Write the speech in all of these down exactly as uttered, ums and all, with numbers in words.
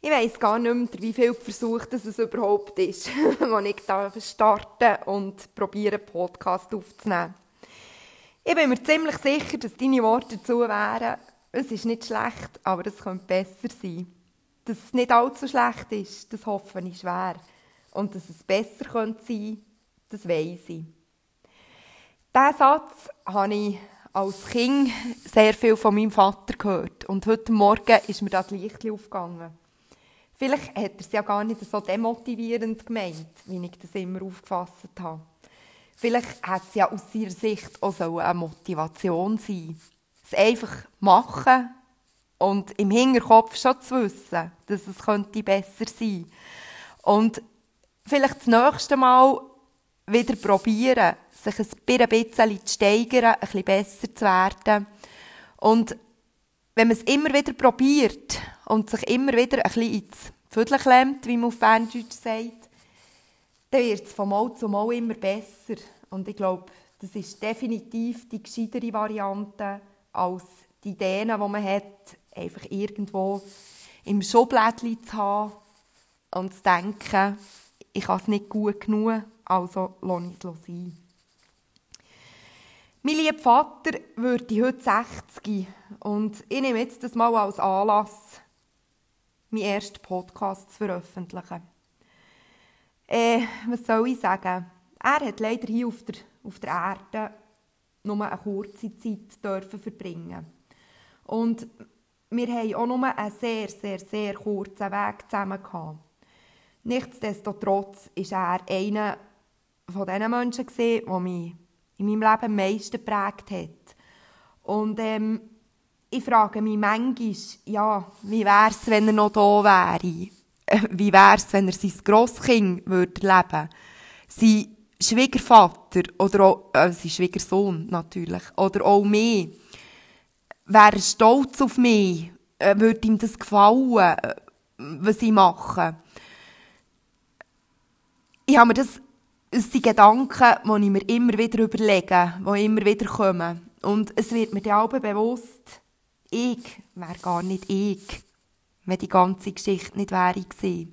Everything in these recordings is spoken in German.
Ich weiss gar nicht mehr, wie viel Versuch das es überhaupt ist, als ich da starte und probiere, einen Podcast aufzunehmen. Ich bin mir ziemlich sicher, dass deine Worte dazu wären, es ist nicht schlecht, aber es könnte besser sein. Dass es nicht allzu schlecht ist, das hoffe ich schwer. Und dass es besser könnte sein, das weiss ich. Diesen Satz habe ich als Kind sehr viel von meinem Vater gehört. Und heute Morgen ist mir das Licht aufgegangen. Vielleicht hat er es ja gar nicht so demotivierend gemeint, wie ich das immer aufgefasst habe. Vielleicht hat es ja aus seiner Sicht auch so eine Motivation sein. Es einfach machen und im Hinterkopf schon zu wissen, dass es könnte besser sein. Und vielleicht das nächste Mal wieder probieren, sich ein bisschen zu steigern, ein bisschen besser zu werden. Und wenn man es immer wieder probiert und sich immer wieder ein bisschen ins Viertel klemmt, wie man auf Berndeutsch sagt, dann wird es von Mal zu Mal immer besser. Und ich glaube, das ist definitiv die gescheitere Variante als die Ideen, die man hat, einfach irgendwo im Schublädchen zu haben und zu denken, ich habe es nicht gut genug, also lasse ich es sein. Mein lieber Vater würde heute sechzig und ich nehme jetzt das mal als Anlass, meinen ersten Podcast zu veröffentlichen. Äh, was soll ich sagen? Er hat leider hier auf der, auf der Erde nur eine kurze Zeit dürfen verbringen. Und wir haben auch nur einen sehr, sehr, sehr kurzen Weg zusammen gehabt. Nichtsdestotrotz war er einer von diesen Menschen, die mich in meinem Leben am meisten geprägt hat. Und ähm, ich frage mich manchmal, ja, wie wäre es, wenn er noch da wäre? Wie wäre es, wenn er sein Grosskind würde leben? Sein Schwiegervater oder auch, äh, sein Schwiegersohn natürlich, oder auch mich. Wäre er stolz auf mich? Äh, würde ihm das gefallen, äh, was ich mache? Ich habe mir das, das sind Gedanken, die ich mir immer wieder überlege, die immer wieder kommen. Und es wird mir dann auch bewusst, ich wäre gar nicht ich, wenn die ganze Geschichte nicht wäre gewesen.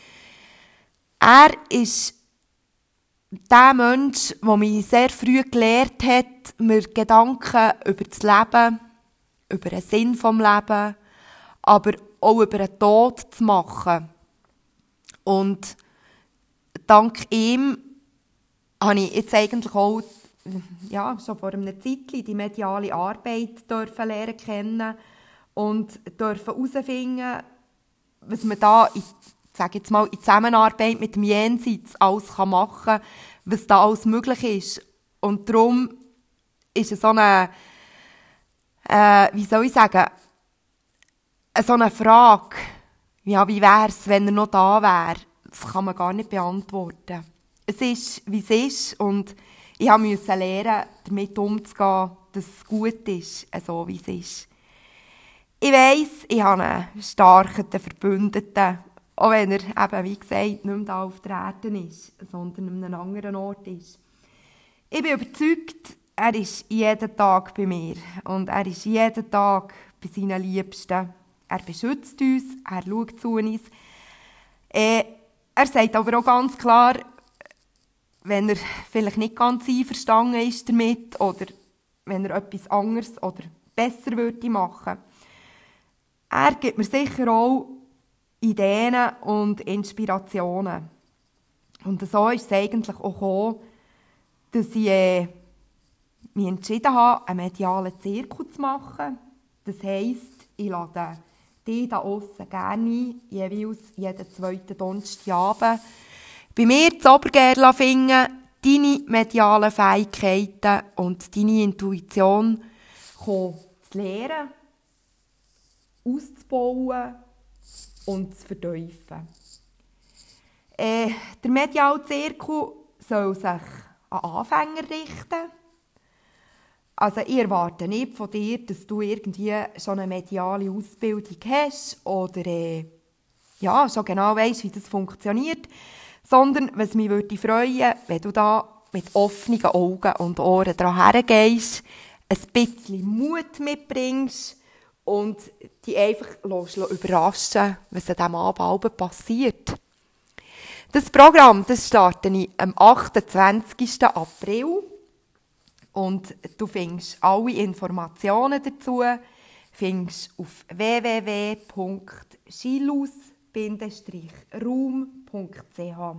Er ist der Mensch, der mich sehr früh gelehrt hat, mir Gedanken über das Leben, über den Sinn des Lebens, aber auch über den Tod zu machen. Und dank ihm habe ich jetzt eigentlich auch ja, schon vor einem Zeitchen die mediale Arbeit dürfen lernen kennen und dürfen herausfinden, was man da in, sage jetzt mal, in Zusammenarbeit mit dem Jenseits alles machen kann, was da alles möglich ist. Und darum ist es so eine, äh, wie soll ich sagen, so eine Frage, ja, wie wäre es, wenn er noch da wäre? Das kann man gar nicht beantworten. Es ist, wie es ist, und ich musste lernen, damit umzugehen, dass es gut ist, so wie es ist. Ich weiss, ich habe einen starken Verbündeten, auch wenn er eben, wie gesagt, nicht mehr da auf der Erde ist, sondern an einem anderen Ort ist. Ich bin überzeugt, er ist jeden Tag bei mir und er ist jeden Tag bei seinen Liebsten. Er beschützt uns, er schaut zu uns. Äh, er sagt aber auch ganz klar, wenn er vielleicht nicht ganz einverstanden ist damit oder wenn er etwas anderes oder besser würde machen. Er gibt mir sicher auch Ideen und Inspirationen. Und so ist es eigentlich auch gekommen, dass ich äh, mich entschieden habe, einen medialen Zirkus zu machen. Das heisst, ich lade die da aussen gerne ein, jeweils jeden zweiten Donnerstagabend, bei mir zu Obergerlafingen deine medialen Fähigkeiten und deine Intuition zu lernen, auszubauen und zu vertiefen. Äh, der mediale Zirkel soll sich an Anfänger richten. Also ich erwarte nicht von dir, dass du irgendwie schon eine mediale Ausbildung hast oder äh, ja, schon genau weisst, wie das funktioniert, sondern was mich würde freuen, wenn du da mit offenen Augen und Ohren daran hergehst, ein bisschen Mut mitbringst und die einfach überraschen, was an diesem Abend passiert. Das Programm, das starte ich am achtundzwanzigsten April und du findest alle Informationen dazu findest auf w w w punkt schilus raum punkt c h.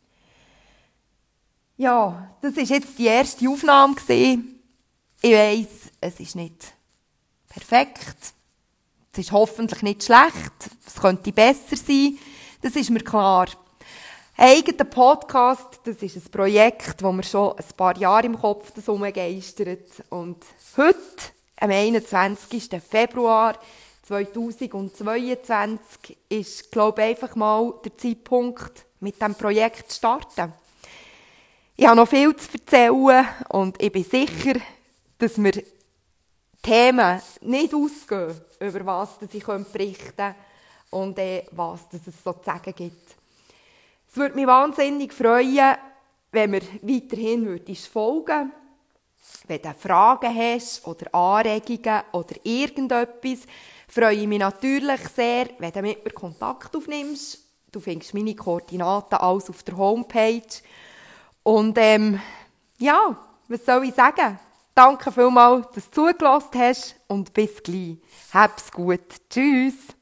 Ja, das war jetzt die erste Aufnahme. Ich weiss, es ist nicht perfekt. Es ist hoffentlich nicht schlecht. Es könnte besser sein. Das ist mir klar. Ein eigener Podcast, das ist ein Projekt, das mir schon ein paar Jahre im Kopf herumgeistert. Und heute, am einundzwanzigsten Februar zweitausendzweiundzwanzig, ist, glaube ich, einfach mal der Zeitpunkt, mit diesem Projekt zu starten. Ich habe noch viel zu erzählen und ich bin sicher, dass mir Themen nicht ausgehen, über was ich berichten könnte und äh, was es so zu sagen gibt. Es würde mich wahnsinnig freuen, wenn mir weiterhin würdest folgen. Wenn du Fragen hast oder Anregungen oder irgendetwas, freue ich mich natürlich sehr, wenn du mit mir Kontakt aufnimmst. Du findest meine Koordinaten alles auf der Homepage. Und ähm, ja, was soll ich sagen? Danke vielmals, dass du zugelassen hast und bis gleich. Hab's gut. Tschüss.